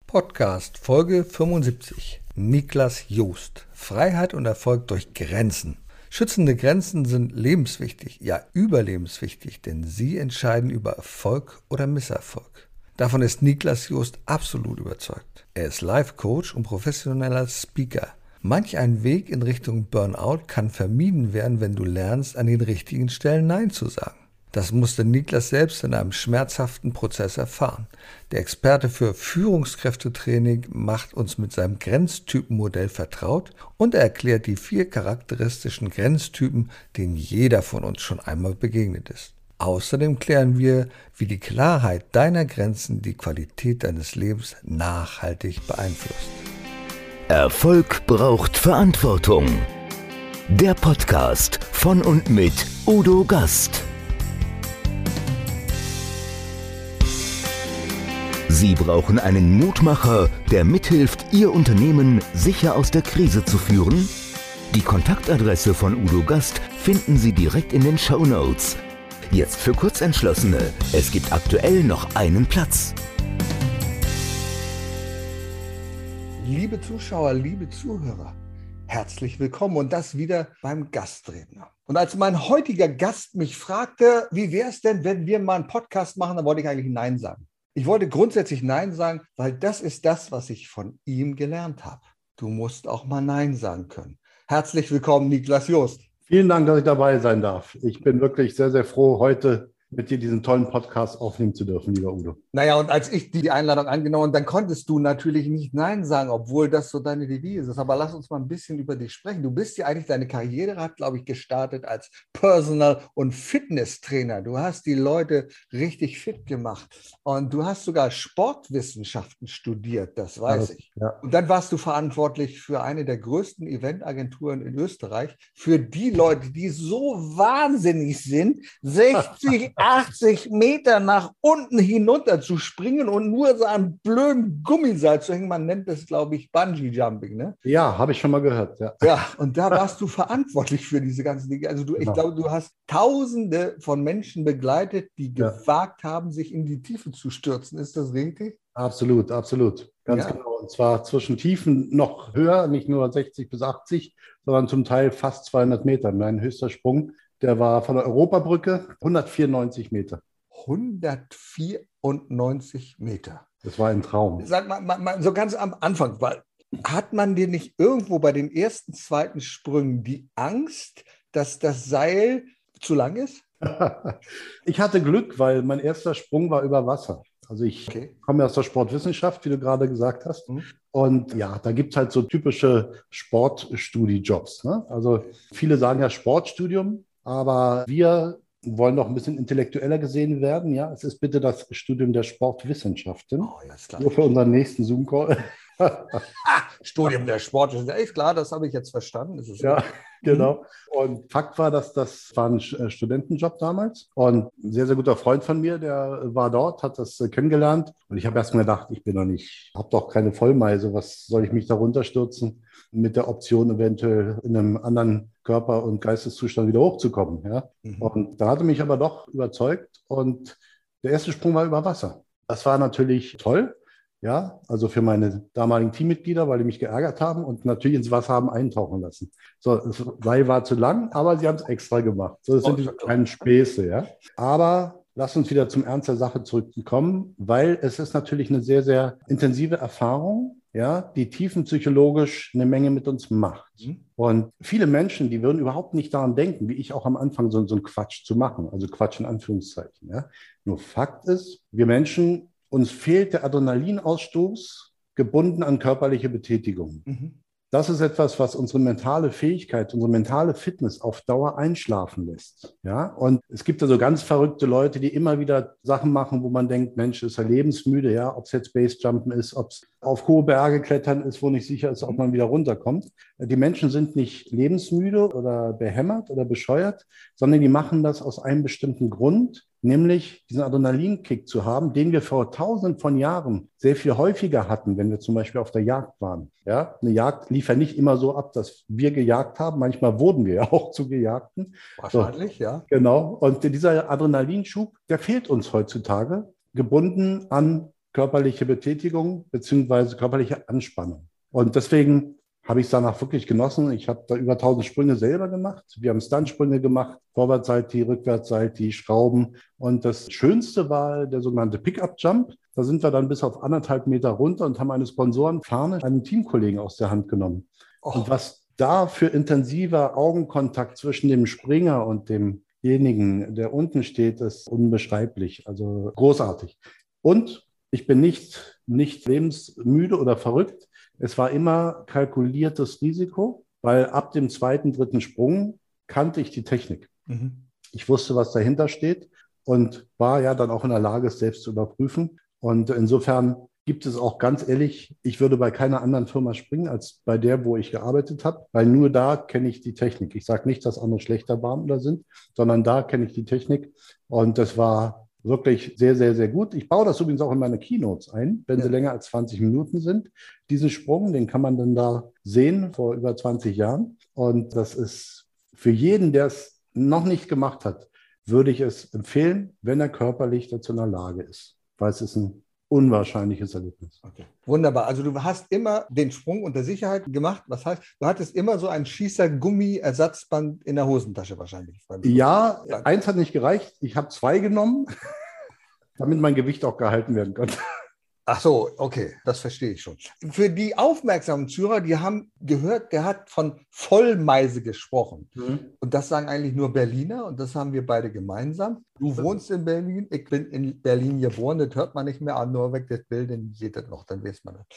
Podcast Folge 75. Niklas Joost. Freiheit und Erfolg durch Grenzen. Schützende Grenzen sind lebenswichtig, ja überlebenswichtig, denn sie entscheiden über Erfolg oder Misserfolg. Davon ist Niklas Joost absolut überzeugt. Er ist Life-Coach und professioneller Speaker. Manch ein Weg in Richtung Burnout kann vermieden werden, wenn du lernst, an den richtigen Stellen Nein zu sagen. Das musste Niklas selbst in einem schmerzhaften Prozess erfahren. Der Experte für Führungskräftetraining macht uns mit seinem Grenztypenmodell vertraut und er erklärt die 4 charakteristischen Grenztypen, denen jeder von uns schon einmal begegnet ist. Außerdem klären wir, wie die Klarheit deiner Grenzen die Qualität deines Lebens nachhaltig beeinflusst. Erfolg braucht Verantwortung. Der Podcast von und mit Udo Gast. Sie brauchen einen Mutmacher, der mithilft, Ihr Unternehmen sicher aus der Krise zu führen? Die Kontaktadresse von Udo Gast finden Sie direkt in den Shownotes. Jetzt für Kurzentschlossene. Es gibt aktuell noch einen Platz. Liebe Zuschauer, liebe Zuhörer, herzlich willkommen und das wieder beim Gastredner. Und als mein heutiger Gast mich fragte, wie wäre es denn, wenn wir mal einen Podcast machen, dann wollte ich eigentlich Nein sagen. Ich wollte grundsätzlich Nein sagen, weil das ist das, was ich von ihm gelernt habe. Du musst auch mal Nein sagen können. Herzlich willkommen, Niklas Joost. Vielen Dank, dass ich dabei sein darf. Ich bin wirklich sehr, sehr froh, heute mit dir diesen tollen Podcast aufnehmen zu dürfen, lieber Udo. Naja, und als ich die Einladung angenommen habe, dann konntest du natürlich nicht Nein sagen, obwohl das so deine Devise ist. Aber lass uns mal ein bisschen über dich sprechen. Du bist ja eigentlich, deine Karriere hat, glaube ich, gestartet als Personal- und Fitnesstrainer. Du hast die Leute richtig fit gemacht. Und du hast sogar Sportwissenschaften studiert, das weiß ich. Ja. Und dann warst du verantwortlich für eine der größten Eventagenturen in Österreich, für die Leute, die so wahnsinnig sind, 60, 80 Meter nach unten hinunter zu springen und nur so am blöden Gummiseil zu hängen. Man nennt das, glaube ich, Bungee-Jumping, ne? Ja, habe ich schon mal gehört. Ja. Ja, und da warst du verantwortlich für diese ganzen Dinge. Also ich glaube, du hast Tausende von Menschen begleitet, die gewagt haben, sich in die Tiefe zu stürzen. Ist das richtig? Absolut, absolut. Ganz genau. Und zwar zwischen Tiefen noch höher, nicht nur 60 bis 80, sondern zum Teil fast 200 Meter. Mein höchster Sprung, der war von der Europabrücke 194 Meter. 194 Meter. Das war ein Traum. Sag mal, so ganz am Anfang, weil hat man dir nicht irgendwo bei den ersten, zweiten Sprüngen die Angst, dass das Seil zu lang ist? Ich hatte Glück, weil mein erster Sprung war über Wasser. Also ich komme aus der Sportwissenschaft, wie du gerade gesagt hast. Und ja, da gibt es halt so typische Sportstudie-Jobs. Ne? Also viele sagen ja Sportstudium, aber wir wollen noch ein bisschen intellektueller gesehen werden. Ja, es ist bitte das Studium der Sportwissenschaften. Oh, ja, ist klar. Nur für unseren nächsten Zoom-Call. Studium der Sportwissenschaften. Ist klar, das habe ich jetzt verstanden. Das ist ja, genau. Und Fakt war, dass das war ein Studentenjob damals. Und ein sehr, sehr guter Freund von mir, der war dort, hat das kennengelernt. Und ich habe erst mal gedacht, ich bin noch nicht, habe doch keine Vollmeise. Was soll ich mich da runterstürzen? Mit der Option, eventuell in einem anderen Körper- und Geisteszustand wieder hochzukommen. Ja? Und da hatte mich aber doch überzeugt. Und der erste Sprung war über Wasser. Das war natürlich toll. Ja, also für meine damaligen Teammitglieder, weil die mich geärgert haben und natürlich ins Wasser haben eintauchen lassen. So, das Seil war zu lang, aber sie haben es extra gemacht. So, das sind die kleinen Späße, ja. Aber lass uns wieder zum Ernst der Sache zurückkommen, weil es ist natürlich eine sehr, sehr intensive Erfahrung, ja, die tiefenpsychologisch eine Menge mit uns macht. Und viele Menschen, die würden überhaupt nicht daran denken, wie ich auch am Anfang so einen Quatsch zu machen, also Quatsch in Anführungszeichen. Ja. Nur Fakt ist, wir Menschen, uns fehlt der Adrenalinausstoß, gebunden an körperliche Betätigung. Das ist etwas, was unsere mentale Fähigkeit, unsere mentale Fitness auf Dauer einschlafen lässt. Ja? Und es gibt also ganz verrückte Leute, die immer wieder Sachen machen, wo man denkt, Mensch, ist er lebensmüde, ja? Ob es jetzt Basejumpen ist, ob es auf hohe Berge klettern ist, wo nicht sicher ist, ob man wieder runterkommt. Die Menschen sind nicht lebensmüde oder behämmert oder bescheuert, sondern die machen das aus einem bestimmten Grund, nämlich diesen Adrenalinkick zu haben, den wir vor Tausenden von Jahren sehr viel häufiger hatten, wenn wir zum Beispiel auf der Jagd waren. Ja, eine Jagd lief ja nicht immer so ab, dass wir gejagt haben. Manchmal wurden wir ja auch zu Gejagten. Wahrscheinlich, so, ja. Genau. Und dieser Adrenalinschub, der fehlt uns heutzutage, gebunden an körperliche Betätigung bzw. körperliche Anspannung. Und deswegen habe ich es danach wirklich genossen. Ich habe da über 1000 Sprünge selber gemacht. Wir haben Stuntsprünge gemacht, Vorwärtssalti, Rückwärtssalti, Schrauben. Und das Schönste war der sogenannte Pickup-Jump. Da sind wir dann bis auf 1,5 Meter runter und haben eine Sponsorenfahne einem Teamkollegen aus der Hand genommen. Und was da für intensiver Augenkontakt zwischen dem Springer und demjenigen, der unten steht, ist unbeschreiblich. Also großartig. Und ich bin nicht lebensmüde oder verrückt. Es war immer kalkuliertes Risiko, weil ab dem zweiten, dritten Sprung kannte ich die Technik. Ich wusste, was dahinter steht und war ja dann auch in der Lage, es selbst zu überprüfen. Und insofern gibt es auch ganz ehrlich, ich würde bei keiner anderen Firma springen als bei der, wo ich gearbeitet habe, weil nur da kenne ich die Technik. Ich sage nicht, dass andere schlechter waren oder sind, sondern da kenne ich die Technik. Und das war wirklich sehr, sehr, sehr gut. Ich baue das übrigens auch in meine Keynotes ein, wenn sie länger als 20 Minuten sind. Diesen Sprung, den kann man dann da sehen vor über 20 Jahren. Und das ist für jeden, der es noch nicht gemacht hat, würde ich es empfehlen, wenn er körperlich dazu in der Lage ist. Weil es ist ein unwahrscheinliches Erlebnis. Okay. Wunderbar. Also du hast immer den Sprung unter Sicherheit gemacht. Was heißt, du hattest immer so ein Schießer-Gummi-Ersatzband in der Hosentasche wahrscheinlich. Ja, eins hat nicht gereicht. Ich habe 2 genommen, damit mein Gewicht auch gehalten werden konnte. Ach so, okay, das verstehe ich schon. Für die aufmerksamen Zuhörer, die haben gehört, der hat von Vollmeise gesprochen. Und das sagen eigentlich nur Berliner und das haben wir beide gemeinsam. Du wohnst in Berlin, ich bin in Berlin geboren, das hört man nicht mehr, nur weg das Bild, dann geht das noch, dann weiß man das.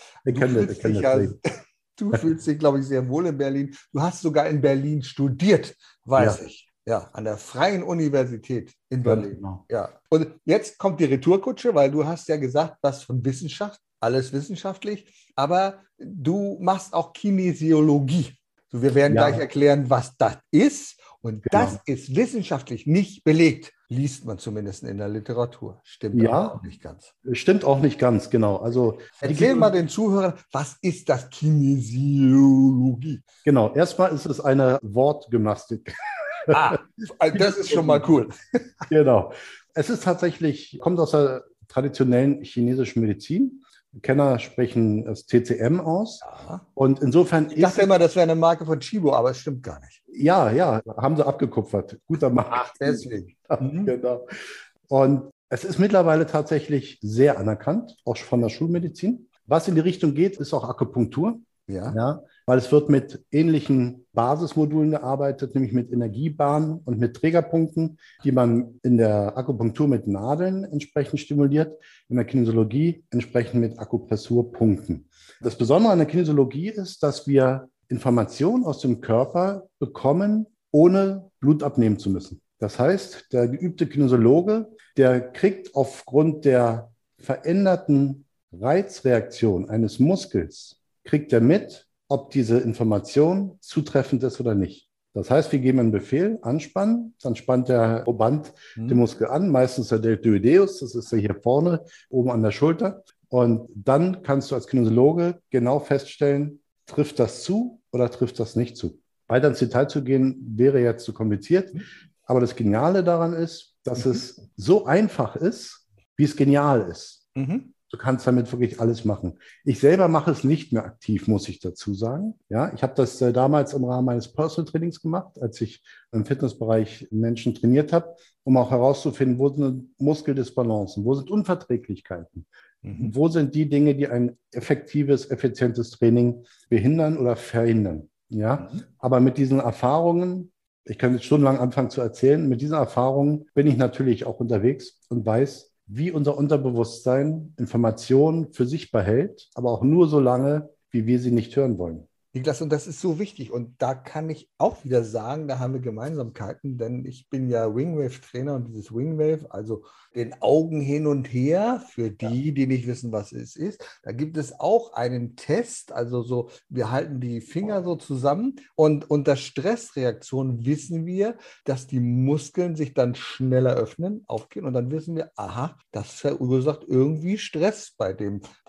Du fühlst dich, glaube ich, sehr wohl in Berlin. Du hast sogar in Berlin studiert, weiß ich. Ja, an der Freien Universität in Berlin. Genau. Ja. Und jetzt kommt die Retourkutsche, weil du hast ja gesagt, was von Wissenschaft, alles wissenschaftlich, aber du machst auch Kinesiologie. So, wir werden gleich erklären, was das ist. Und das ist wissenschaftlich nicht belegt, liest man zumindest in der Literatur. Stimmt aber auch nicht ganz. Stimmt auch nicht ganz, genau. Also erzähl mal den Zuhörern, was ist das Kinesiologie? Genau, erstmal ist es eine Wortgymnastik. Das ist schon mal cool. Genau. Es ist tatsächlich, kommt aus der traditionellen chinesischen Medizin. Kenner sprechen das TCM aus. Ja. Und insofern ich dachte immer, das wäre eine Marke von Chibo, aber es stimmt gar nicht. Ja, haben sie abgekupfert. Guter Markt. Ach, deswegen. Genau. Und es ist mittlerweile tatsächlich sehr anerkannt, auch von der Schulmedizin. Was in die Richtung geht, ist auch Akupunktur. Ja, weil es wird mit ähnlichen Basismodulen gearbeitet, nämlich mit Energiebahnen und mit Trägerpunkten, die man in der Akupunktur mit Nadeln entsprechend stimuliert, in der Kinesiologie entsprechend mit Akupressurpunkten. Das Besondere an der Kinesiologie ist, dass wir Informationen aus dem Körper bekommen, ohne Blut abnehmen zu müssen. Das heißt, der geübte Kinesiologe, der kriegt aufgrund der veränderten Reizreaktion eines Muskels, kriegt er mit, ob diese Information zutreffend ist oder nicht. Das heißt, wir geben einen Befehl, anspannen, dann spannt der Proband den Muskel an, meistens der Deltoideus, das ist ja hier vorne, oben an der Schulter. Und dann kannst du als Kinesiologe genau feststellen, trifft das zu oder trifft das nicht zu. Weiter ins Detail zu gehen, wäre jetzt zu kompliziert. Aber das Geniale daran ist, dass es so einfach ist, wie es genial ist. Du kannst damit wirklich alles machen. Ich selber mache es nicht mehr aktiv, muss ich dazu sagen. Ja, ich habe das damals im Rahmen meines Personal Trainings gemacht, als ich im Fitnessbereich Menschen trainiert habe, um auch herauszufinden, wo sind Muskeldisbalancen, wo sind Unverträglichkeiten, wo sind die Dinge, die ein effektives, effizientes Training behindern oder verhindern. Ja, aber mit diesen Erfahrungen, ich kann jetzt stundenlang anfangen zu erzählen, mit diesen Erfahrungen bin ich natürlich auch unterwegs und weiß, wie unser Unterbewusstsein Informationen für sich behält, aber auch nur so lange, wie wir sie nicht hören wollen. Niklas, und das ist so wichtig. Und da kann ich auch wieder sagen, da haben wir Gemeinsamkeiten, denn ich bin ja Wingwave-Trainer und dieses Wingwave, also den Augen hin und her, für die nicht wissen, was es ist, da gibt es auch einen Test, also so, wir halten die Finger so zusammen und unter Stressreaktion wissen wir, dass die Muskeln sich dann schneller öffnen, aufgehen und dann wissen wir, aha, das verursacht irgendwie Stress bei dem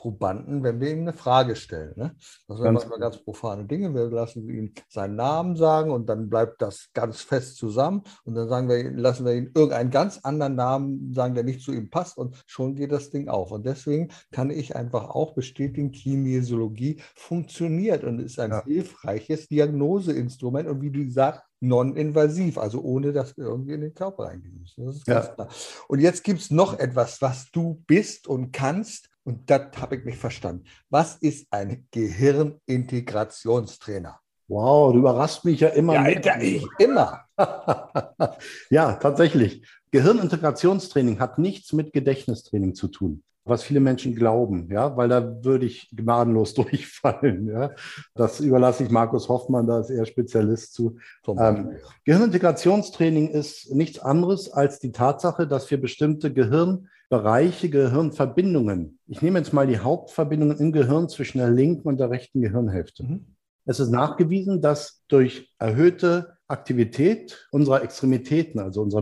Probanden, wenn wir ihm eine Frage stellen. Ne? Das sind manchmal ganz profane Dinge. Wir lassen ihn seinen Namen sagen und dann bleibt das ganz fest zusammen. Und dann lassen wir ihn irgendeinen ganz anderen Namen sagen, der nicht zu ihm passt. Und schon geht das Ding auf. Und deswegen kann ich einfach auch bestätigen, Kinesiologie funktioniert und ist ein hilfreiches Diagnoseinstrument. Und wie du sagst, non-invasiv, also ohne dass wir irgendwie in den Körper reingehen müssen. Das ist ganz klar. Und jetzt gibt es noch etwas, was du bist und kannst, und das habe ich nicht verstanden. Was ist ein Gehirnintegrationstrainer? Wow, du überraschst mich ja immer mehr. Immer. Ja, tatsächlich. Gehirnintegrationstraining hat nichts mit Gedächtnistraining zu tun, was viele Menschen glauben, ja, weil da würde ich gnadenlos durchfallen. Ja. Das überlasse ich Markus Hoffmann, da ist er Spezialist zu. Gehirnintegrationstraining ist nichts anderes als die Tatsache, dass wir bestimmte Gehirnbereiche, Gehirnverbindungen, ich nehme jetzt mal die Hauptverbindungen im Gehirn zwischen der linken und der rechten Gehirnhälfte. Es ist nachgewiesen, dass durch erhöhte Aktivität unserer Extremitäten, also unserer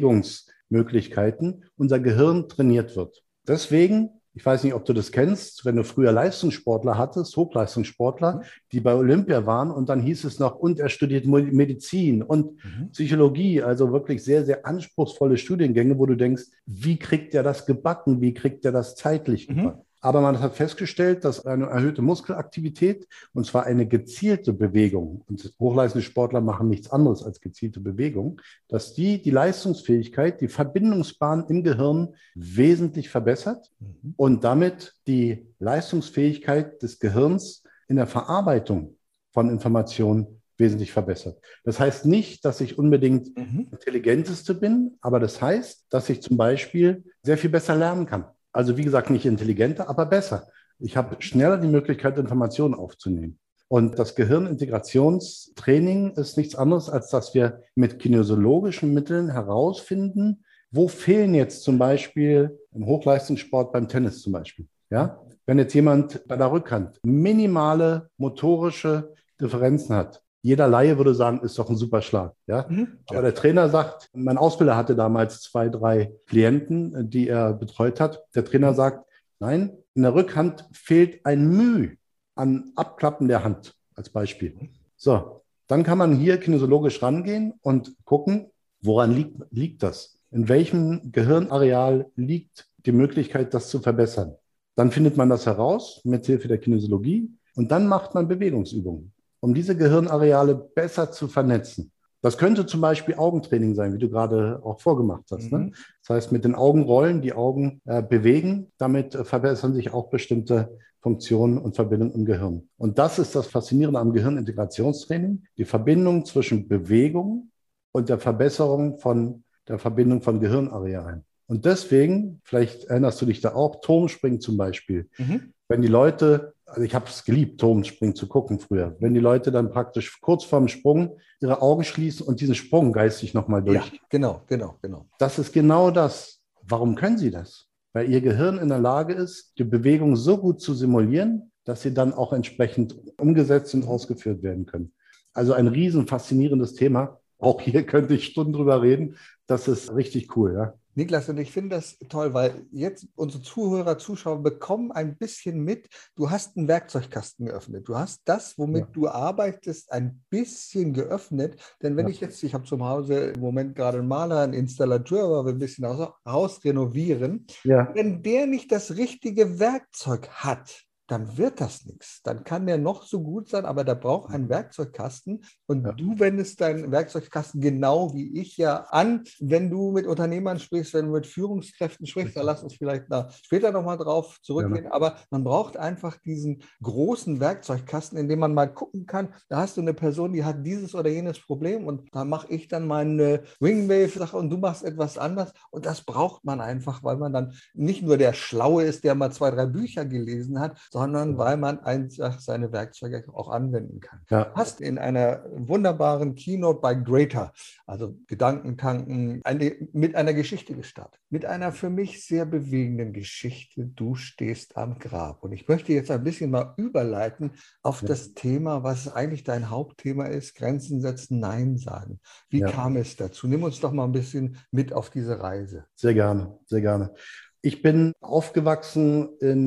Bewegungsmöglichkeiten, unser Gehirn trainiert wird. Deswegen, ich weiß nicht, ob du das kennst, wenn du früher Leistungssportler hattest, Hochleistungssportler, die bei Olympia waren und dann hieß es noch, und er studiert Medizin und Psychologie, also wirklich sehr, sehr anspruchsvolle Studiengänge, wo du denkst, wie kriegt er das gebacken, wie kriegt er das zeitlich gebacken? Aber man hat festgestellt, dass eine erhöhte Muskelaktivität, und zwar eine gezielte Bewegung, und Hochleistungssportler machen nichts anderes als gezielte Bewegung, dass die Leistungsfähigkeit, die Verbindungsbahn im Gehirn wesentlich verbessert und damit die Leistungsfähigkeit des Gehirns in der Verarbeitung von Informationen wesentlich verbessert. Das heißt nicht, dass ich unbedingt Intelligenteste bin, aber das heißt, dass ich zum Beispiel sehr viel besser lernen kann. Also wie gesagt, nicht intelligenter, aber besser. Ich habe schneller die Möglichkeit, Informationen aufzunehmen. Und das Gehirnintegrationstraining ist nichts anderes, als dass wir mit kinesiologischen Mitteln herausfinden, wo fehlen jetzt zum Beispiel im Hochleistungssport, beim Tennis zum Beispiel. Ja? Wenn jetzt jemand bei der Rückhand minimale motorische Differenzen hat, jeder Laie würde sagen, ist doch ein super Schlag. Ja? Aber der Trainer sagt, mein Ausbilder hatte damals 2, 3 Klienten, die er betreut hat. Der Trainer sagt, nein, in der Rückhand fehlt ein Müh an Abklappen der Hand als Beispiel. So, dann kann man hier kinesiologisch rangehen und gucken, woran liegt das? In welchem Gehirnareal liegt die Möglichkeit, das zu verbessern? Dann findet man das heraus mit Hilfe der Kinesiologie und dann macht man Bewegungsübungen, um diese Gehirnareale besser zu vernetzen. Das könnte zum Beispiel Augentraining sein, wie du gerade auch vorgemacht hast. Ne? Das heißt, mit den Augen rollen, die Augen bewegen, damit verbessern sich auch bestimmte Funktionen und Verbindungen im Gehirn. Und das ist das Faszinierende am Gehirnintegrationstraining, die Verbindung zwischen Bewegung und der Verbesserung von der Verbindung von Gehirnarealen. Und deswegen, vielleicht erinnerst du dich da auch, Turmspringen zum Beispiel. Wenn die Leute, also ich habe es geliebt, Turmspringen zu gucken früher, wenn die Leute dann praktisch kurz vorm Sprung ihre Augen schließen und diesen Sprung geistig nochmal durch. Ja, genau. Das ist genau das. Warum können sie das? Weil ihr Gehirn in der Lage ist, die Bewegung so gut zu simulieren, dass sie dann auch entsprechend umgesetzt und ausgeführt werden können. Also ein riesen faszinierendes Thema. Auch hier könnte ich Stunden drüber reden. Das ist richtig cool, ja. Niklas, und ich finde das toll, weil jetzt unsere Zuhörer, Zuschauer bekommen ein bisschen mit, du hast einen Werkzeugkasten geöffnet. Du hast das, womit du arbeitest, ein bisschen geöffnet. Denn wenn ich habe zu Hause im Moment gerade einen Maler, einen Installateur, weil wir ein bisschen Haus renovieren. Wenn der nicht das richtige Werkzeug hat, dann wird das nichts. Dann kann der noch so gut sein, aber der braucht einen Werkzeugkasten. Und du wendest deinen Werkzeugkasten genau wie ich ja an, wenn du mit Unternehmern sprichst, wenn du mit Führungskräften sprichst. Da lass uns vielleicht später nochmal drauf zurückgehen. Aber man braucht einfach diesen großen Werkzeugkasten, in dem man mal gucken kann, da hast du eine Person, die hat dieses oder jenes Problem und da mache ich dann meine Wingwave-Sache und du machst etwas anders. Und das braucht man einfach, weil man dann nicht nur der Schlaue ist, der mal 2, 3 Bücher gelesen hat, sondern weil man einfach seine Werkzeuge auch anwenden kann. Du hast in einer wunderbaren Keynote bei Greater, also Gedankentanken, mit einer Geschichte gestartet. Mit einer für mich sehr bewegenden Geschichte. Du stehst am Grab. Und ich möchte jetzt ein bisschen mal überleiten auf das Thema, was eigentlich dein Hauptthema ist, Grenzen setzen, Nein sagen. Wie kam es dazu? Nimm uns doch mal ein bisschen mit auf diese Reise. Sehr gerne, sehr gerne. Ich bin aufgewachsen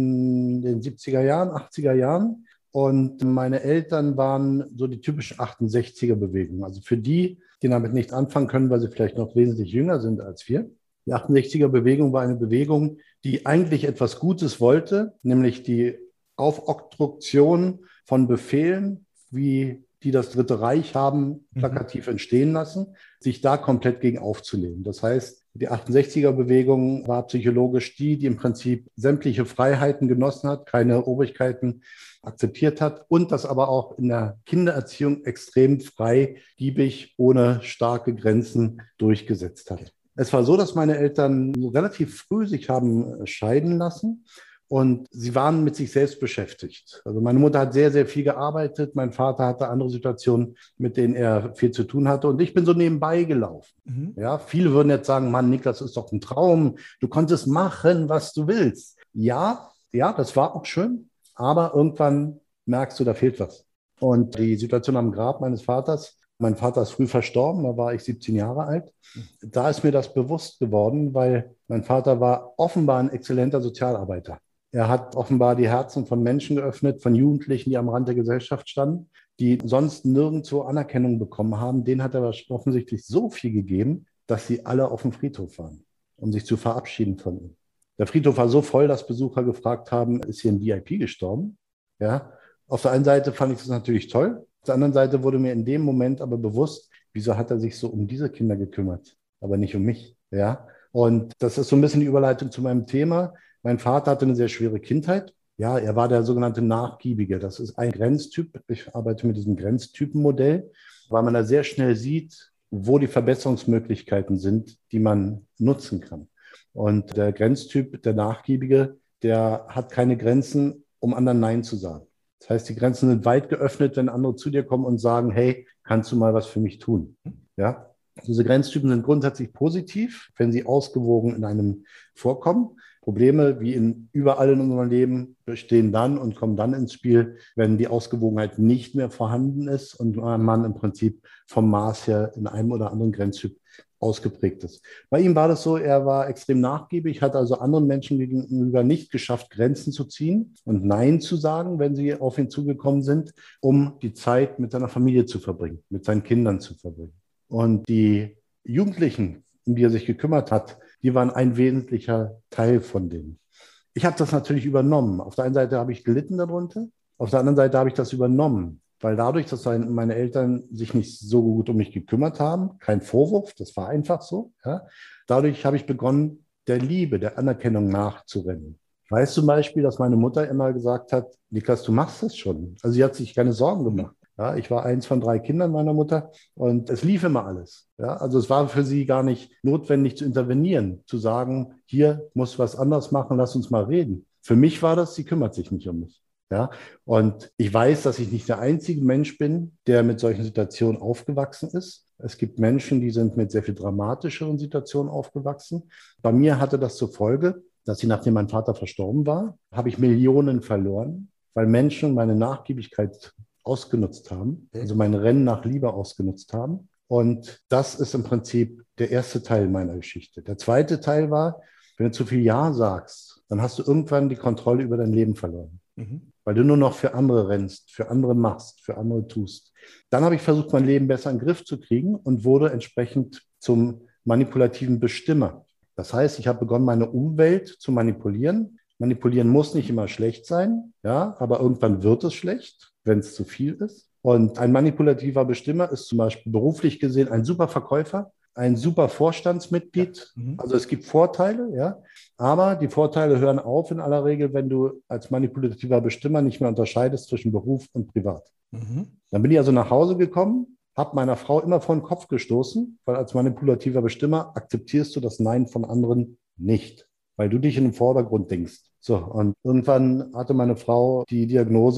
in den 70er Jahren, 80er Jahren und meine Eltern waren so die typischen 68er-Bewegungen. Also für die, die damit nicht anfangen können, weil sie vielleicht noch wesentlich jünger sind als wir. Die 68er-Bewegung war eine Bewegung, die eigentlich etwas Gutes wollte, nämlich die Aufoktroyierung von Befehlen, wie die das Dritte Reich haben plakativ entstehen lassen, sich da komplett gegen aufzulehnen. Das heißt, die 68er-Bewegung war psychologisch die im Prinzip sämtliche Freiheiten genossen hat, keine Obrigkeiten akzeptiert hat und das aber auch in der Kindererziehung extrem freigiebig, ohne starke Grenzen durchgesetzt hat. Es war so, dass meine Eltern relativ früh sich haben scheiden lassen. Und sie waren mit sich selbst beschäftigt. Also meine Mutter hat sehr, sehr viel gearbeitet. Mein Vater hatte andere Situationen, mit denen er viel zu tun hatte. Und ich bin so nebenbei gelaufen. Ja, viele würden jetzt sagen, Mann, Niklas, das ist doch ein Traum. Du konntest machen, was du willst. Ja, das war auch schön. Aber irgendwann merkst du, da fehlt was. Und die Situation am Grab meines Vaters, mein Vater ist früh verstorben, da war ich 17 Jahre alt. Da ist mir das bewusst geworden, weil mein Vater war offenbar ein exzellenter Sozialarbeiter. Er hat offenbar die Herzen von Menschen geöffnet, von Jugendlichen, die am Rand der Gesellschaft standen, die sonst nirgendwo Anerkennung bekommen haben. Denen hat er offensichtlich so viel gegeben, dass sie alle auf dem Friedhof waren, um sich zu verabschieden von ihm. Der Friedhof war so voll, dass Besucher gefragt haben, ist hier ein VIP gestorben? Ja. Auf der einen Seite fand ich das natürlich toll. Auf der anderen Seite wurde mir in dem Moment aber bewusst, wieso hat er sich so um diese Kinder gekümmert, aber nicht um mich? Ja. Und das ist so ein bisschen die Überleitung zu meinem Thema. Mein Vater hatte eine sehr schwere Kindheit. Ja, er war der sogenannte Nachgiebige. Das ist ein Grenztyp. Ich arbeite mit diesem Grenztypenmodell, weil man da sehr schnell sieht, wo die Verbesserungsmöglichkeiten sind, die man nutzen kann. Und der Grenztyp, der Nachgiebige, der hat keine Grenzen, um anderen Nein zu sagen. Das heißt, die Grenzen sind weit geöffnet, wenn andere zu dir kommen und sagen, hey, kannst du mal was für mich tun? Ja. Diese Grenztypen sind grundsätzlich positiv, wenn sie ausgewogen in einem vorkommen. Probleme, wie überall in unserem Leben, bestehen dann und kommen dann ins Spiel, wenn die Ausgewogenheit nicht mehr vorhanden ist und man im Prinzip vom Maß her in einem oder anderen Grenztyp ausgeprägt ist. Bei ihm war das so, er war extrem nachgiebig, hat also anderen Menschen gegenüber nicht geschafft, Grenzen zu ziehen und Nein zu sagen, wenn sie auf ihn zugekommen sind, um die Zeit mit seiner Familie zu verbringen, mit seinen Kindern zu verbringen. Und die Jugendlichen, um die er sich gekümmert hat, die waren ein wesentlicher Teil von denen. Ich habe das natürlich übernommen. Auf der einen Seite habe ich gelitten darunter, auf der anderen Seite habe ich das übernommen, weil dadurch, dass meine Eltern sich nicht so gut um mich gekümmert haben, kein Vorwurf, das war einfach so, ja, dadurch habe ich begonnen, der Liebe, der Anerkennung nachzurennen. Ich weiß zum Beispiel, dass meine Mutter immer gesagt hat, Niklas, du machst das schon. Also sie hat sich keine Sorgen gemacht. Ja, ich war eins von 3 Kindern meiner Mutter und es lief immer alles. Ja, also es war für sie gar nicht notwendig zu intervenieren, zu sagen, hier muss was anders machen, lass uns mal reden. Für mich war das, sie kümmert sich nicht um mich. Ja, und ich weiß, dass ich nicht der einzige Mensch bin, der mit solchen Situationen aufgewachsen ist. Es gibt Menschen, die sind mit sehr viel dramatischeren Situationen aufgewachsen. Bei mir hatte das zur Folge, dass ich, nachdem mein Vater verstorben war, habe ich Millionen verloren, weil Menschen meine Nachgiebigkeit ausgenutzt haben, also mein Rennen nach Liebe ausgenutzt haben. Und das ist im Prinzip der erste Teil meiner Geschichte. Der zweite Teil war, wenn du zu viel Ja sagst, dann hast du irgendwann die Kontrolle über dein Leben verloren. Weil du nur noch für andere rennst, für andere machst, für andere tust. Dann habe ich versucht, mein Leben besser in den Griff zu kriegen und wurde entsprechend zum manipulativen Bestimmer. Das heißt, ich habe begonnen, meine Umwelt zu manipulieren. Manipulieren muss nicht immer schlecht sein, ja, aber irgendwann wird es schlecht, wenn es zu viel ist. Und ein manipulativer Bestimmer ist zum Beispiel beruflich gesehen ein super Verkäufer, ein super Vorstandsmitglied. Ja. Also es gibt Vorteile, ja, aber die Vorteile hören auf in aller Regel, wenn du als manipulativer Bestimmer nicht mehr unterscheidest zwischen Beruf und Privat. Dann bin ich also nach Hause gekommen, habe meiner Frau immer vor den Kopf gestoßen, weil als manipulativer Bestimmer akzeptierst du das Nein von anderen nicht, weil du dich in den Vordergrund denkst. So, und irgendwann hatte meine Frau die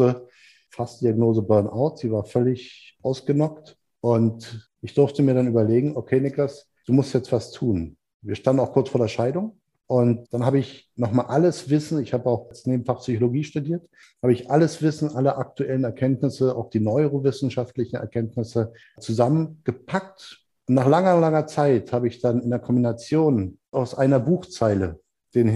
Diagnose Burnout. Sie war völlig ausgenockt und ich durfte mir dann überlegen, okay, Niklas, du musst jetzt was tun. Wir standen auch kurz vor der Scheidung und dann habe ich nochmal alles Wissen, ich habe auch nebenfach Psychologie studiert, habe ich alles Wissen, alle aktuellen Erkenntnisse, auch die neurowissenschaftlichen Erkenntnisse zusammengepackt. Und nach langer, langer Zeit habe ich dann in der Kombination aus einer Buchzeile den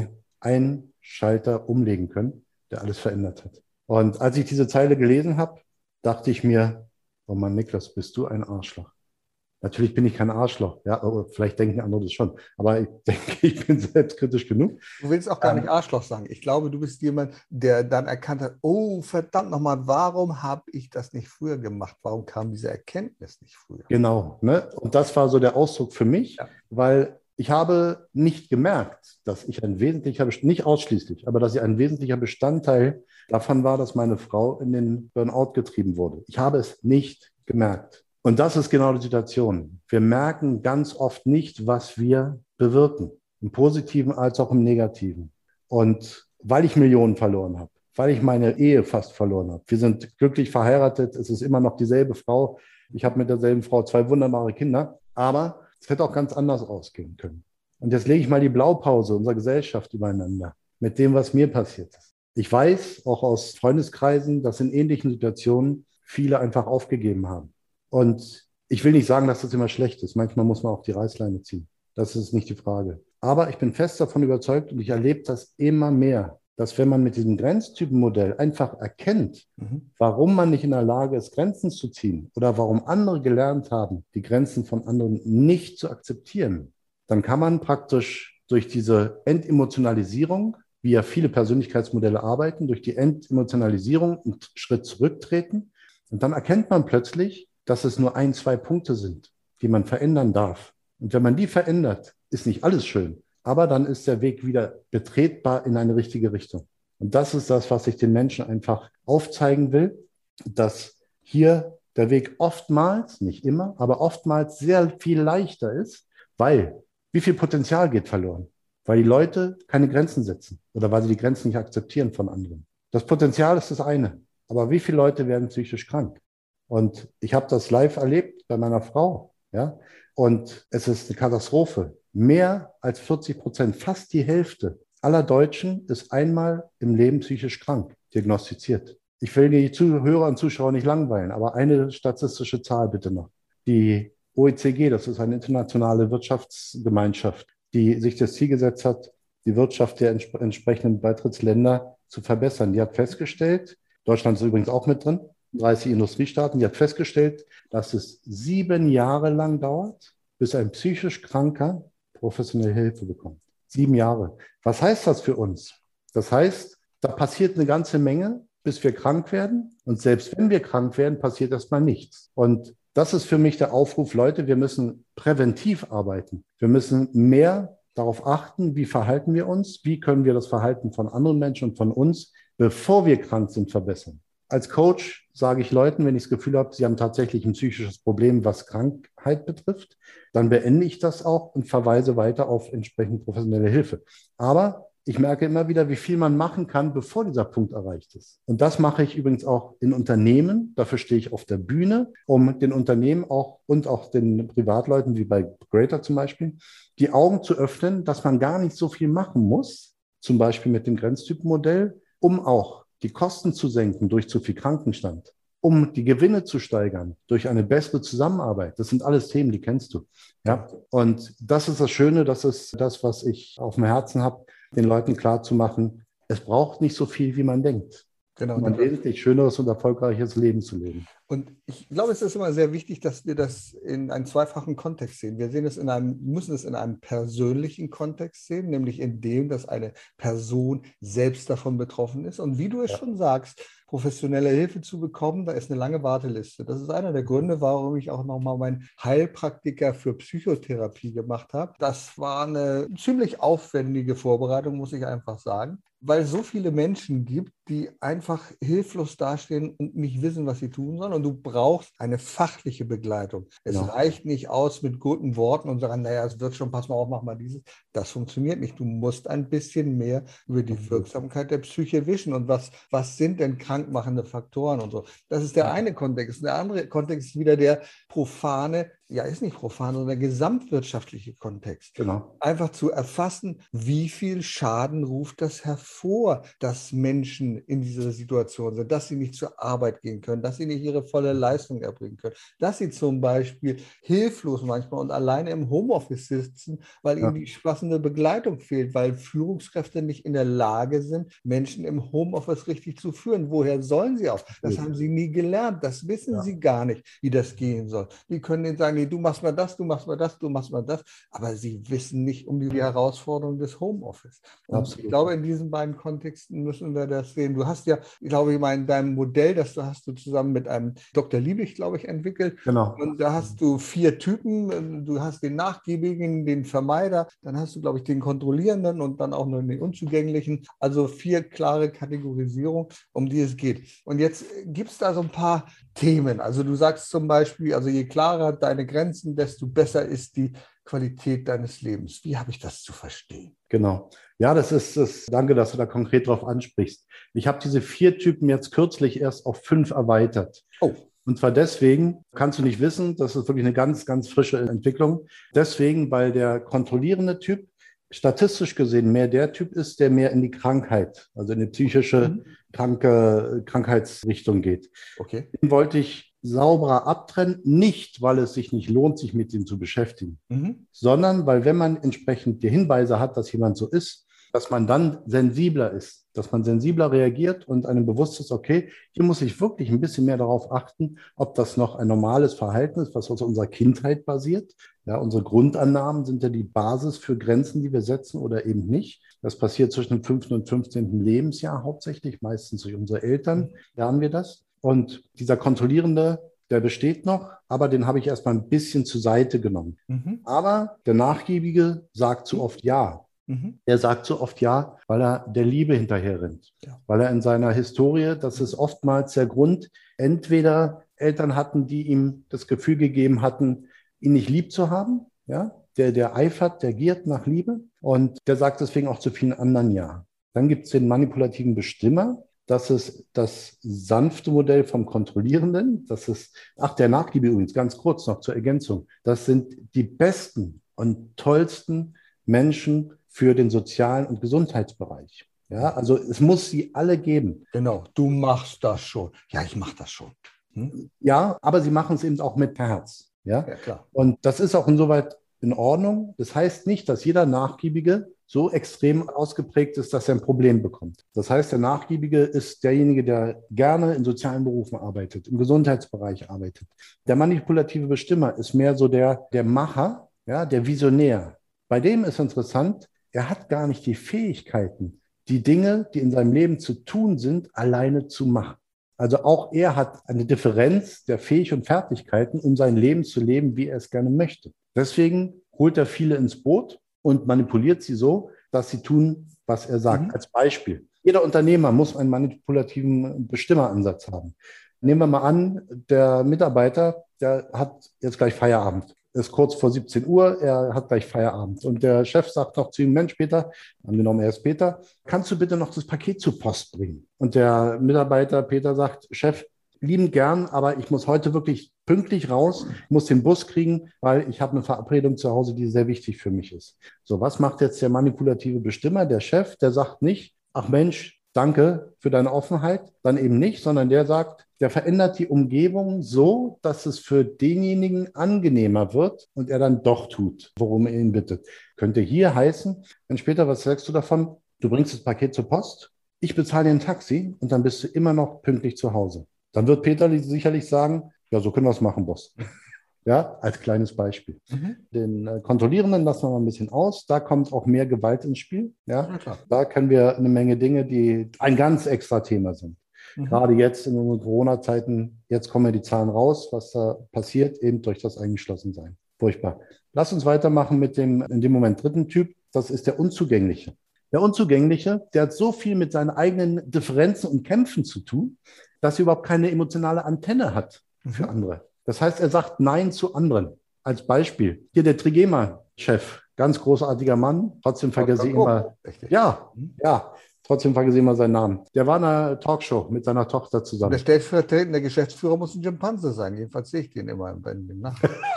einen Schalter umlegen können, der alles verändert hat. Und als ich diese Zeile gelesen habe, dachte ich mir, oh Mann, Niklas, bist du ein Arschloch. Natürlich bin ich kein Arschloch, ja, oder vielleicht denken andere das schon, aber ich denke, ich bin selbstkritisch genug. Du willst auch gar nicht Arschloch sagen. Ich glaube, du bist jemand, der dann erkannt hat, oh, verdammt nochmal, warum habe ich das nicht früher gemacht? Warum kam diese Erkenntnis nicht früher? Genau, ne? Und das war so der Ausdruck für mich, weil ich habe nicht gemerkt, dass ich ein wesentlicher, nicht ausschließlich, aber dass ich ein wesentlicher Bestandteil davon war, dass meine Frau in den Burnout getrieben wurde. Ich habe es nicht gemerkt. Und das ist genau die Situation. Wir merken ganz oft nicht, was wir bewirken, im Positiven als auch im Negativen. Und weil ich Millionen verloren habe, weil ich meine Ehe fast verloren habe, wir sind glücklich verheiratet, es ist immer noch dieselbe Frau, ich habe mit derselben Frau 2 wunderbare Kinder, aber es hätte auch ganz anders ausgehen können. Und jetzt lege ich mal die Blaupause unserer Gesellschaft übereinander mit dem, was mir passiert ist. Ich weiß, auch aus Freundeskreisen, dass in ähnlichen Situationen viele einfach aufgegeben haben. Und ich will nicht sagen, dass das immer schlecht ist. Manchmal muss man auch die Reißleine ziehen. Das ist nicht die Frage. Aber ich bin fest davon überzeugt und ich erlebe das immer mehr, dass wenn man mit diesem Grenztypenmodell einfach erkennt, warum man nicht in der Lage ist, Grenzen zu ziehen oder warum andere gelernt haben, die Grenzen von anderen nicht zu akzeptieren, dann kann man praktisch durch diese Entemotionalisierung, wie ja viele Persönlichkeitsmodelle arbeiten, durch die Entemotionalisierung einen Schritt zurücktreten und dann erkennt man plötzlich, dass es nur 1, 2 Punkte sind, die man verändern darf. Und wenn man die verändert, ist nicht alles schön, aber dann ist der Weg wieder betretbar in eine richtige Richtung. Und das ist das, was ich den Menschen einfach aufzeigen will, dass hier der Weg oftmals, nicht immer, aber oftmals sehr viel leichter ist, weil wie viel Potenzial geht verloren? Weil die Leute keine Grenzen setzen oder weil sie die Grenzen nicht akzeptieren von anderen. Das Potenzial ist das eine, aber wie viele Leute werden psychisch krank? Und ich habe das live erlebt bei meiner Frau, ja, und es ist eine Katastrophe. Mehr als 40%, fast die Hälfte aller Deutschen ist einmal im Leben psychisch krank, diagnostiziert. Ich will die Zuhörer und Zuschauer nicht langweilen, aber eine statistische Zahl bitte noch. Die OECD, das ist eine internationale Wirtschaftsgemeinschaft, die sich das Ziel gesetzt hat, die Wirtschaft der entsprechenden Beitrittsländer zu verbessern. Die hat festgestellt, Deutschland ist übrigens auch mit drin, 30 Industriestaaten, die hat festgestellt, dass es 7 Jahre lang dauert, bis ein psychisch Kranker professionelle Hilfe bekommt. 7 Jahre. Was heißt das für uns? Das heißt, da passiert eine ganze Menge, bis wir krank werden. Und selbst wenn wir krank werden, passiert erstmal nichts. Und das ist für mich der Aufruf, Leute, wir müssen präventiv arbeiten. Wir müssen mehr darauf achten, wie verhalten wir uns, wie können wir das Verhalten von anderen Menschen und von uns, bevor wir krank sind, verbessern. Als Coach sage ich Leuten, wenn ich das Gefühl habe, sie haben tatsächlich ein psychisches Problem, was Krankheit betrifft, dann beende ich das auch und verweise weiter auf entsprechend professionelle Hilfe. Aber ich merke immer wieder, wie viel man machen kann, bevor dieser Punkt erreicht ist. Und das mache ich übrigens auch in Unternehmen. Dafür stehe ich auf der Bühne, um den Unternehmen auch und auch den Privatleuten, wie bei Greater zum Beispiel, die Augen zu öffnen, dass man gar nicht so viel machen muss, zum Beispiel mit dem Grenztypenmodell, um auch die Kosten zu senken durch zu viel Krankenstand, um die Gewinne zu steigern durch eine bessere Zusammenarbeit. Das sind alles Themen, die kennst du. Ja? Und das ist das Schöne, das ist das, was ich auf dem Herzen habe, den Leuten klarzumachen, es braucht nicht so viel, wie man denkt. Genau, um ein wesentlich schöneres und erfolgreiches Leben zu leben. Und ich glaube, es ist immer sehr wichtig, dass wir das in einem zweifachen Kontext sehen. Wir sehen es müssen es in einem persönlichen Kontext sehen, nämlich in dem, dass eine Person selbst davon betroffen ist. Und wie du es schon sagst, professionelle Hilfe zu bekommen, da ist eine lange Warteliste. Das ist einer der Gründe, warum ich auch nochmal meinen Heilpraktiker für Psychotherapie gemacht habe. Das war eine ziemlich aufwendige Vorbereitung, muss ich einfach sagen, weil es so viele Menschen gibt, die einfach hilflos dastehen und nicht wissen, was sie tun sollen. Und du brauchst eine fachliche Begleitung. Es reicht nicht aus mit guten Worten und sagen, naja, es wird schon, pass mal auf, mach mal dieses. Das funktioniert nicht. Du musst ein bisschen mehr über die Wirksamkeit der Psyche wissen. Und was sind denn krankmachende Faktoren und so. Das ist der eine Kontext. Der andere Kontext ist wieder der profane, ja, ist nicht profan, sondern der gesamtwirtschaftliche Kontext. Genau. Einfach zu erfassen, wie viel Schaden ruft das hervor, dass Menschen in dieser Situation sind, dass sie nicht zur Arbeit gehen können, dass sie nicht ihre volle Leistung erbringen können, dass sie zum Beispiel hilflos manchmal und alleine im Homeoffice sitzen, weil ihnen die passende Begleitung fehlt, weil Führungskräfte nicht in der Lage sind, Menschen im Homeoffice richtig zu führen. Woher sollen sie auch? Das haben sie nie gelernt, das wissen sie gar nicht, wie das gehen soll. Die können ihnen sagen, nee, du machst mal das, du machst mal das, du machst mal das, aber sie wissen nicht um die Herausforderung des Homeoffice. Und ich glaube, in diesen beiden Kontexten müssen wir das sehen. Du hast ja, ich glaube, in deinem Modell, das hast du zusammen mit einem Dr. Liebig, glaube ich, entwickelt. Genau. Und da hast du 4 Typen. Du hast den Nachgiebigen, den Vermeider, dann hast du, glaube ich, den Kontrollierenden und dann auch noch den Unzugänglichen. Also 4 klare Kategorisierungen, um die es geht. Und jetzt gibt es da so ein paar Themen. Also du sagst zum Beispiel, also je klarer deine Grenzen, desto besser ist die Qualität deines Lebens. Wie habe ich das zu verstehen? Genau. Ja, das ist es. Danke, dass du da konkret drauf ansprichst. Ich habe diese 4 Typen jetzt kürzlich erst auf 5 erweitert. Oh. Und zwar deswegen, kannst du nicht wissen, das ist wirklich eine ganz, ganz frische Entwicklung. Deswegen, weil der kontrollierende Typ statistisch gesehen mehr der Typ ist, der mehr in die Krankheit, also in die psychische Krankheitsrichtung geht. Okay. Den wollte ich sauberer abtrennen, nicht weil es sich nicht lohnt, sich mit ihm zu beschäftigen, sondern weil, wenn man entsprechend die Hinweise hat, dass jemand so ist, dass man dann sensibler ist, dass man sensibler reagiert und einem bewusst ist, okay, hier muss ich wirklich ein bisschen mehr darauf achten, ob das noch ein normales Verhalten ist, was aus unserer Kindheit basiert. Ja, unsere Grundannahmen sind ja die Basis für Grenzen, die wir setzen oder eben nicht. Das passiert zwischen dem 5. und 15. Lebensjahr hauptsächlich, meistens durch unsere Eltern lernen wir das. Und dieser Kontrollierende, der besteht noch, aber den habe ich erstmal ein bisschen zur Seite genommen. Aber der Nachgiebige sagt zu oft Ja. Er sagt so oft Ja, weil er der Liebe hinterher rennt. Ja. Weil er in seiner Historie, das ist oftmals der Grund, entweder Eltern hatten, die ihm das Gefühl gegeben hatten, ihn nicht lieb zu haben. Ja? Der eifert, der giert nach Liebe und der sagt deswegen auch zu vielen anderen Ja. Dann gibt es den manipulativen Bestimmer. Das ist das sanfte Modell vom Kontrollierenden. Das ist, der Nachgiebige übrigens, ganz kurz noch zur Ergänzung. Das sind die besten und tollsten Menschen für den sozialen und Gesundheitsbereich. Ja, also es muss sie alle geben. Genau, du machst das schon. Ja, ich mache das schon. Ja, aber sie machen es eben auch mit Herz. Ja, klar. Und das ist auch insoweit in Ordnung. Das heißt nicht, dass jeder Nachgiebige so extrem ausgeprägt ist, dass er ein Problem bekommt. Das heißt, der Nachgiebige ist derjenige, der gerne in sozialen Berufen arbeitet, im Gesundheitsbereich arbeitet. Der manipulative Bestimmer ist mehr so der Macher, ja, der Visionär. Bei dem ist interessant, er hat gar nicht die Fähigkeiten, die Dinge, die in seinem Leben zu tun sind, alleine zu machen. Also auch er hat eine Differenz der Fähigkeiten und Fertigkeiten, um sein Leben zu leben, wie er es gerne möchte. Deswegen holt er viele ins Boot und manipuliert sie so, dass sie tun, was er sagt. Als Beispiel. Jeder Unternehmer muss einen manipulativen Bestimmeransatz haben. Nehmen wir mal an, der Mitarbeiter, der hat jetzt gleich Feierabend. Ist kurz vor 17 Uhr, er hat gleich Feierabend. Und der Chef sagt noch zu ihm, Mensch, Peter, angenommen, er ist Peter, kannst du bitte noch das Paket zur Post bringen? Und der Mitarbeiter Peter sagt, Chef, liebend gern, aber ich muss heute wirklich pünktlich raus, ich muss den Bus kriegen, weil ich habe eine Verabredung zu Hause, die sehr wichtig für mich ist. So, was macht jetzt der manipulative Bestimmer, der Chef? Der sagt nicht, ach Mensch, danke für deine Offenheit, dann eben nicht, sondern der sagt, der verändert die Umgebung so, dass es für denjenigen angenehmer wird und er dann doch tut, worum er ihn bittet. Könnte hier heißen, wenn später, was sagst du davon? Du bringst das Paket zur Post, ich bezahle dir ein Taxi und dann bist du immer noch pünktlich zu Hause. Dann wird Peter sicherlich sagen, ja, so können wir es machen, Boss. Ja, als kleines Beispiel. Den Kontrollierenden lassen wir mal ein bisschen aus. Da kommt auch mehr Gewalt ins Spiel. Ja, da können wir eine Menge Dinge, die ein ganz extra Thema sind. Gerade jetzt in unseren Corona-Zeiten, jetzt kommen ja die Zahlen raus, was da passiert, eben durch das Eingeschlossensein. Furchtbar. Lass uns weitermachen mit dem, in dem Moment dritten Typ. Das ist der Unzugängliche. Der Unzugängliche, der hat so viel mit seinen eigenen Differenzen und Kämpfen zu tun, dass er überhaupt keine emotionale Antenne hat für andere. Das heißt, er sagt Nein zu anderen. Als Beispiel, hier der Trigema-Chef, ganz großartiger Mann, trotzdem vergesse ich immer. Ja, Trotzdem vergesse ich immer seinen Namen. Der war in einer Talkshow mit seiner Tochter zusammen. Der stellvertretende Geschäftsführer muss ein Schimpanse sein. Jedenfalls sehe ich den immer bei dem Nach.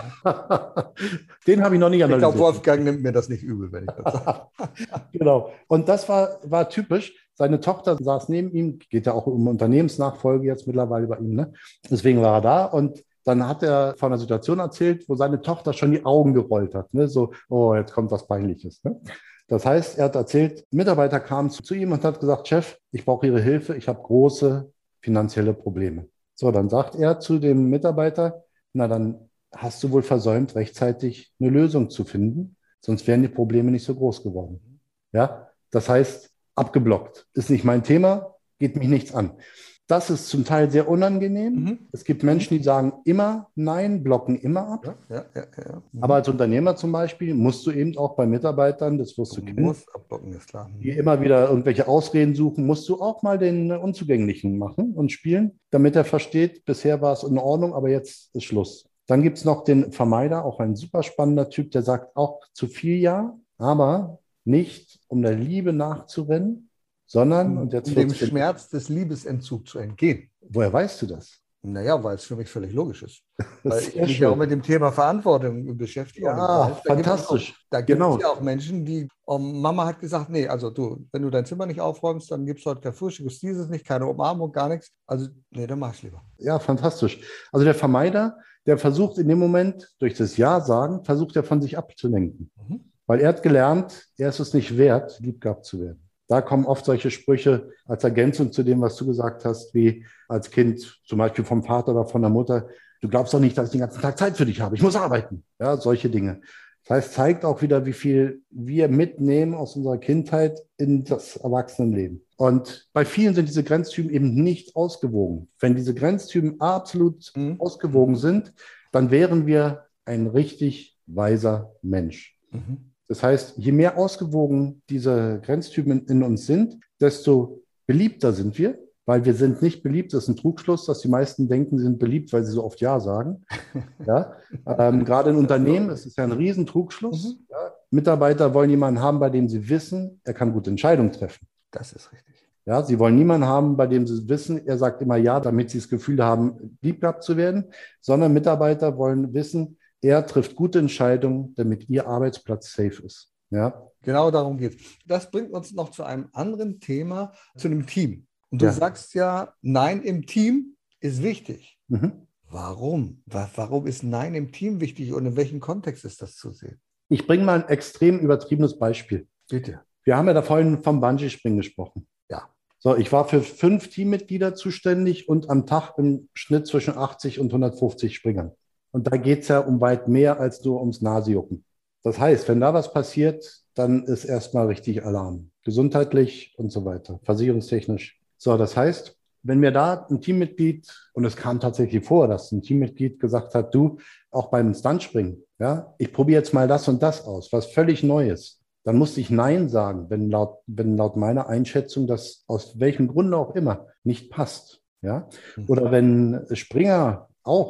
Den habe ich noch nicht Ich analysiert. glaube, Wolfgang nimmt mir das nicht übel, wenn ich das sage. Genau. Und das war typisch. Seine Tochter saß neben ihm, geht ja auch um Unternehmensnachfolge jetzt mittlerweile bei ihm, ne? Deswegen war er da und dann hat er von einer Situation erzählt, wo seine Tochter schon die Augen gerollt hat. Ne? So, oh, jetzt kommt was Peinliches. Ne? Das heißt, er hat erzählt, ein Mitarbeiter kam zu ihm und hat gesagt, Chef, ich brauche Ihre Hilfe, ich habe große finanzielle Probleme. So, dann sagt er zu dem Mitarbeiter, na dann hast du wohl versäumt, rechtzeitig eine Lösung zu finden, sonst wären die Probleme nicht so groß geworden. Ja, das heißt, abgeblockt. Ist nicht mein Thema, geht mich nichts an. Das ist zum Teil sehr unangenehm. Es gibt Menschen, die sagen immer Nein, blocken immer ab. Ja. Aber als Unternehmer zum Beispiel musst du eben auch bei Mitarbeitern, das wirst du Du kennen, musst abblocken, ist klar. die immer wieder irgendwelche Ausreden suchen, musst du auch mal den Unzugänglichen machen und spielen, damit er versteht, bisher war es in Ordnung, aber jetzt ist Schluss. Dann gibt es noch den Vermeider, auch ein super spannender Typ, der sagt auch zu viel Ja, aber nicht um der Liebe nachzurennen, sondern, und jetzt um dem Schmerz des Liebesentzugs zu entgehen. Woher weißt du das? Naja, weil es für mich völlig logisch ist. Weil ich Sehr mich ja auch schön. mit dem Thema Verantwortung beschäftige. Ja, Und ich weiß, fantastisch. Da gibt Genau. es ja auch Menschen, die, Mama hat gesagt, nee, also du, wenn du dein Zimmer nicht aufräumst, dann gibst du heute kein Frühstück, ist dieses nicht, keine Umarmung, gar nichts. Also, nee, dann mach ich lieber. Ja, fantastisch. Also der Vermeider, der versucht in dem Moment, durch das Ja sagen, versucht er von sich abzulenken. Weil er hat gelernt, er ist es nicht wert, lieb gehabt zu werden. Da kommen oft solche Sprüche als Ergänzung zu dem, was du gesagt hast, wie als Kind zum Beispiel vom Vater oder von der Mutter, du glaubst doch nicht, dass ich den ganzen Tag Zeit für dich habe, ich muss arbeiten. Ja, solche Dinge. Das heißt, zeigt auch wieder, wie viel wir mitnehmen aus unserer Kindheit in das Erwachsenenleben. Und bei vielen sind diese Grenztypen eben nicht ausgewogen. Wenn diese Grenztypen absolut ausgewogen sind, dann wären wir ein richtig weiser Mensch. Das heißt, je mehr ausgewogen diese Grenztypen in uns sind, desto beliebter sind wir, weil wir sind nicht beliebt. Das ist ein Trugschluss, dass die meisten denken, sie sind beliebt, weil sie so oft Ja sagen. Ja? Gerade in Unternehmen ist es ja ein Riesentrugschluss. Ja? Mitarbeiter wollen jemanden haben, bei dem sie wissen, er kann gute Entscheidungen treffen. Das ist richtig. Ja, sie wollen niemanden haben, bei dem sie wissen, er sagt immer Ja, damit sie das Gefühl haben, lieb gehabt zu werden, sondern Mitarbeiter wollen wissen, er trifft gute Entscheidungen, damit ihr Arbeitsplatz safe ist. Ja? Genau darum geht es. Das bringt uns noch zu einem anderen Thema, zu einem Team. Und du sagst ja, Nein im Team ist wichtig. Warum? Warum ist Nein im Team wichtig und in welchem Kontext ist das zu sehen? Ich bringe mal ein extrem übertriebenes Beispiel. Bitte. Wir haben ja da vorhin vom Bungee-Springen gesprochen. Ja. So, ich war für 5 Teammitglieder zuständig und am Tag im Schnitt zwischen 80 und 150 Springern. Und da geht es ja um weit mehr als nur ums Nasejucken. Das heißt, wenn da was passiert, dann ist erstmal richtig Alarm. Gesundheitlich und so weiter, versicherungstechnisch. So, das heißt, wenn mir da ein Teammitglied, und es kam tatsächlich vor, dass ein Teammitglied gesagt hat, du, auch beim Stuntspringen, ja, ich probiere jetzt mal das und das aus, was völlig Neues, dann musste ich Nein sagen, wenn laut meiner Einschätzung das aus welchem Grunde auch immer nicht passt. Ja? Oder wenn Springer,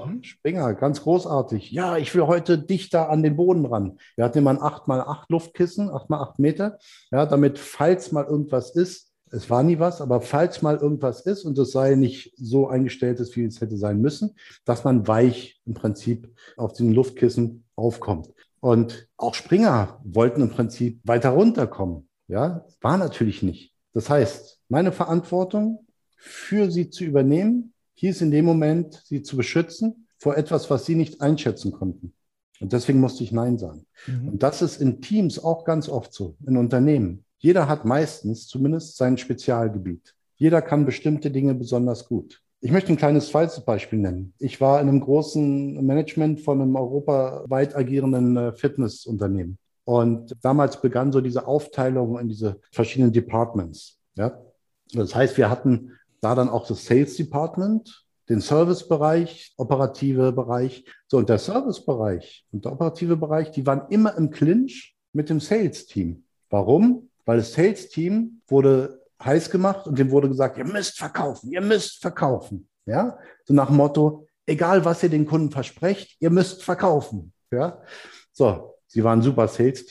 ganz großartig. Ja, ich will heute dichter an den Boden ran. Wir hatten immer ein 8x8 Luftkissen, 8x8 Meter, ja, damit, falls mal irgendwas ist, es war nie was, aber falls mal irgendwas ist und es sei nicht so eingestellt ist, wie es hätte sein müssen, dass man weich im Prinzip auf diesem Luftkissen aufkommt. Und auch Springer wollten im Prinzip weiter runterkommen. Ja, war natürlich nicht. Das heißt, meine Verantwortung für sie zu übernehmen, hieß in dem Moment, sie zu beschützen vor etwas, was sie nicht einschätzen konnten. Und deswegen musste ich Nein sagen. Und das ist in Teams auch ganz oft so, in Unternehmen. Jeder hat meistens zumindest sein Spezialgebiet. Jeder kann bestimmte Dinge besonders gut. Ich möchte ein kleines zweites Beispiel nennen. Ich war in einem großen Management von einem europaweit agierenden Fitnessunternehmen. Und damals begann so diese Aufteilung in diese verschiedenen Departments. Ja? Das heißt, wir hatten da dann auch das Sales Department, den Servicebereich, operative Bereich. So, und der Servicebereich und der operative Bereich, die waren immer im Clinch mit dem Sales-Team. Warum? Weil das Sales-Team wurde heiß gemacht und dem wurde gesagt, ihr müsst verkaufen, ihr müsst verkaufen. Ja? So nach dem Motto, egal was ihr den Kunden versprecht, ihr müsst verkaufen. Ja? So, sie waren ein super Sales-Team,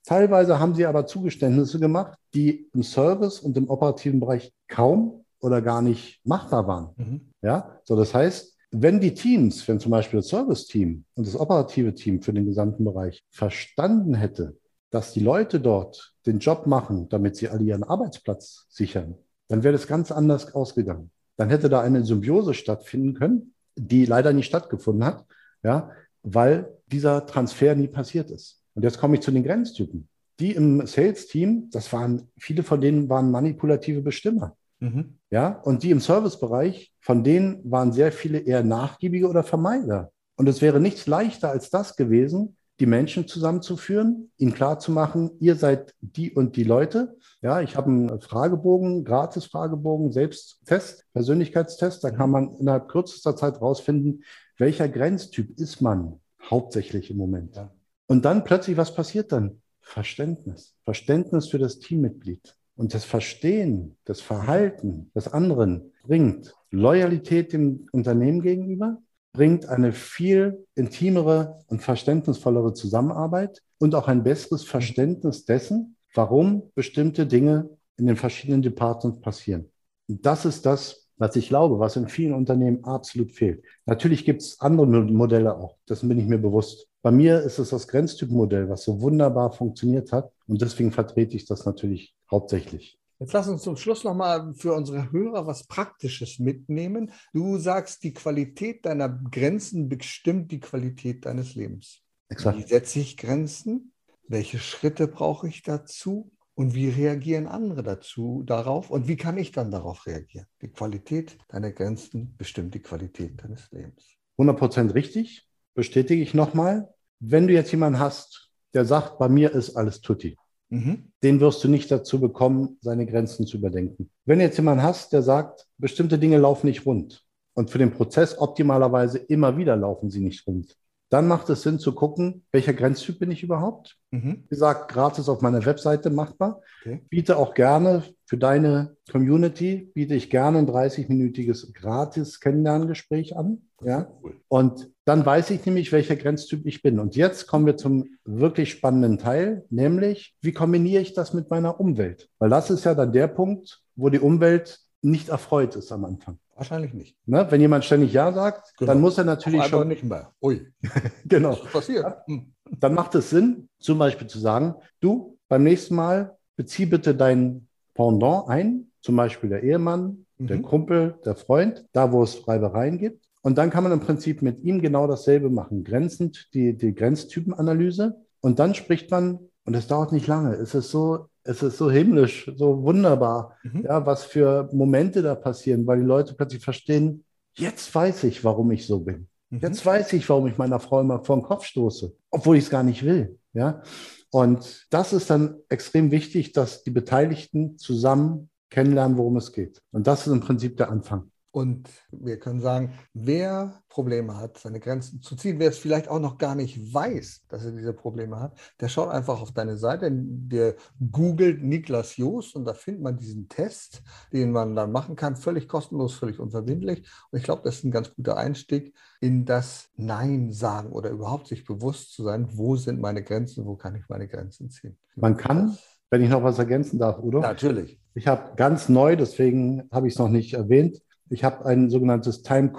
Teilweise haben sie aber Zugeständnisse gemacht, die im Service und im operativen Bereich kaum oder gar nicht machbar waren. Ja, so das heißt, wenn die Teams, wenn zum Beispiel das Service-Team und das operative Team für den gesamten Bereich verstanden hätte, dass die Leute dort den Job machen, damit sie alle ihren Arbeitsplatz sichern, dann wäre das ganz anders ausgegangen. Dann hätte da eine Symbiose stattfinden können, die leider nicht stattgefunden hat, ja, weil dieser Transfer nie passiert ist. Und jetzt komme ich zu den Grenztypen. Die im Sales-Team, viele von denen waren manipulative Bestimmer. Ja, und die im Servicebereich, von denen waren sehr viele eher Nachgiebige oder Vermeider. Und es wäre nichts leichter als das gewesen, die Menschen zusammenzuführen, ihnen klarzumachen, ihr seid die und die Leute. Ja, ich habe einen Fragebogen, Gratis-Fragebogen, Selbsttest, Persönlichkeitstest. Da kann man innerhalb kürzester Zeit rausfinden, welcher Grenztyp ist man hauptsächlich im Moment. Ja. Und dann plötzlich, was passiert dann? Verständnis. Verständnis für das Teammitglied. Und das Verstehen, das Verhalten des anderen bringt Loyalität dem Unternehmen gegenüber, bringt eine viel intimere und verständnisvollere Zusammenarbeit und auch ein besseres Verständnis dessen, warum bestimmte Dinge in den verschiedenen Departments passieren. Und das ist das, was ich glaube, was in vielen Unternehmen absolut fehlt. Natürlich gibt es andere Modelle auch, dessen bin ich mir bewusst. Bei mir ist es das Grenztypenmodell, was so wunderbar funktioniert hat und deswegen vertrete ich das natürlich hauptsächlich. Jetzt lass uns zum Schluss nochmal für unsere Hörer was Praktisches mitnehmen. Du sagst, die Qualität deiner Grenzen bestimmt die Qualität deines Lebens. Exakt. Wie setze ich Grenzen? Welche Schritte brauche ich dazu? Und wie reagieren andere darauf? Und wie kann ich dann darauf reagieren? Die Qualität deiner Grenzen bestimmt die Qualität deines Lebens. 100% richtig. Bestätige ich nochmal. Wenn du jetzt jemanden hast, der sagt, bei mir ist alles tutti, den wirst du nicht dazu bekommen, seine Grenzen zu überdenken. Wenn du jetzt jemanden hast, der sagt, bestimmte Dinge laufen nicht rund und für den Prozess optimalerweise immer wieder laufen sie nicht rund, dann macht es Sinn zu gucken, welcher Grenztyp bin ich überhaupt? Wie gesagt, gratis auf meiner Webseite machbar. Okay. Biete auch gerne für deine Community, biete ich gerne ein 30-minütiges gratis Kennenlerngespräch an. Ja? Cool. Und dann weiß ich nämlich, welcher Grenztyp ich bin. Und jetzt kommen wir zum wirklich spannenden Teil, nämlich, wie kombiniere ich das mit meiner Umwelt? Weil das ist ja dann der Punkt, wo die Umwelt nicht erfreut ist am Anfang. Wahrscheinlich nicht. Ne? Wenn jemand ständig Ja sagt, genau, dann muss er natürlich schon... nicht mehr. Ui. Genau. Was ist passiert? Dann macht es Sinn, zum Beispiel zu sagen, du, beim nächsten Mal bezieh bitte dein Pendant ein, zum Beispiel der Ehemann, der Kumpel, der Freund, da wo es Reibereien gibt. Und dann kann man im Prinzip mit ihm genau dasselbe machen, grenzend die Grenztypenanalyse. Und dann spricht man, und es dauert nicht lange, es ist so himmlisch, so wunderbar, ja, was für Momente da passieren, weil die Leute plötzlich verstehen, jetzt weiß ich, warum ich so bin. Jetzt weiß ich, warum ich meiner Frau immer vor den Kopf stoße, obwohl ich es gar nicht will. Ja? Und das ist dann extrem wichtig, dass die Beteiligten zusammen kennenlernen, worum es geht. Und das ist im Prinzip der Anfang. Und wir können sagen, wer Probleme hat, seine Grenzen zu ziehen, wer es vielleicht auch noch gar nicht weiß, dass er diese Probleme hat, der schaut einfach auf deine Seite, der googelt Niklas Joost und da findet man diesen Test, den man dann machen kann, völlig kostenlos, völlig unverbindlich. Und ich glaube, das ist ein ganz guter Einstieg in das Nein sagen oder überhaupt sich bewusst zu sein, wo sind meine Grenzen, wo kann ich meine Grenzen ziehen. Man kann, wenn ich noch was ergänzen darf, Udo. Natürlich. Ich habe ganz neu, deswegen habe ich es noch nicht erwähnt, ich habe ein sogenanntes einen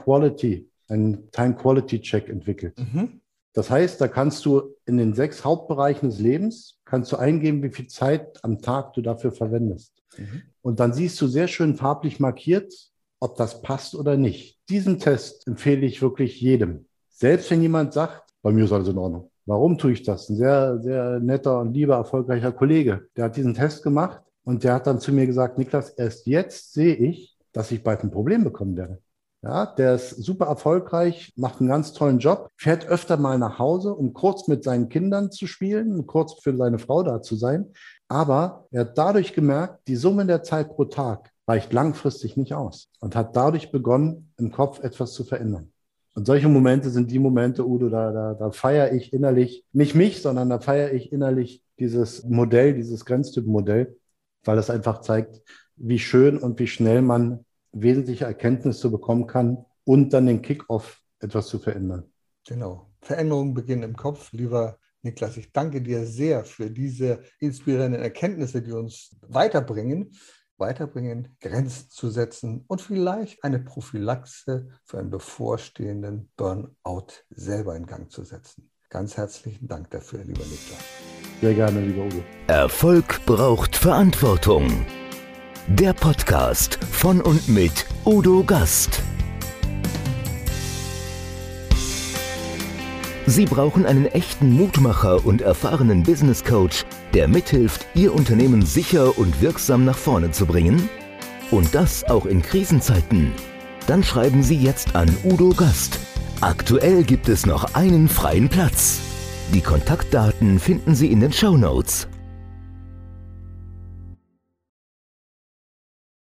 Time-Quality-Check entwickelt. Das heißt, da kannst du in den 6 Hauptbereichen des Lebens, kannst du eingeben, wie viel Zeit am Tag du dafür verwendest. Und dann siehst du sehr schön farblich markiert, ob das passt oder nicht. Diesen Test empfehle ich wirklich jedem. Selbst wenn jemand sagt, bei mir ist alles in Ordnung. Warum tue ich das? Ein sehr, sehr netter und lieber, erfolgreicher Kollege, der hat diesen Test gemacht und der hat dann zu mir gesagt, Niklas, erst jetzt sehe ich, dass ich bald ein Problem bekommen werde. Ja, der ist super erfolgreich, macht einen ganz tollen Job, fährt öfter mal nach Hause, um kurz mit seinen Kindern zu spielen, kurz für seine Frau da zu sein. Aber er hat dadurch gemerkt, die Summe der Zeit pro Tag reicht langfristig nicht aus und hat dadurch begonnen, im Kopf etwas zu verändern. Und solche Momente sind die Momente, Udo, da feiere ich innerlich, nicht mich, sondern da feiere ich innerlich dieses Modell, dieses Grenztypenmodell, weil es einfach zeigt, wie schön und wie schnell man wesentliche Erkenntnisse bekommen kann und dann den Kick-off etwas zu verändern. Genau. Veränderungen beginnen im Kopf. Lieber Niklas, ich danke dir sehr für diese inspirierenden Erkenntnisse, die uns weiterbringen, Grenzen zu setzen und vielleicht eine Prophylaxe für einen bevorstehenden Burnout selber in Gang zu setzen. Ganz herzlichen Dank dafür, lieber Niklas. Sehr gerne, lieber Udo. Erfolg braucht Verantwortung. Der Podcast von und mit Udo Gast. Sie brauchen einen echten Mutmacher und erfahrenen Business Coach, der mithilft, Ihr Unternehmen sicher und wirksam nach vorne zu bringen? Und das auch in Krisenzeiten? Dann schreiben Sie jetzt an Udo Gast. Aktuell gibt es noch einen freien Platz. Die Kontaktdaten finden Sie in den Shownotes.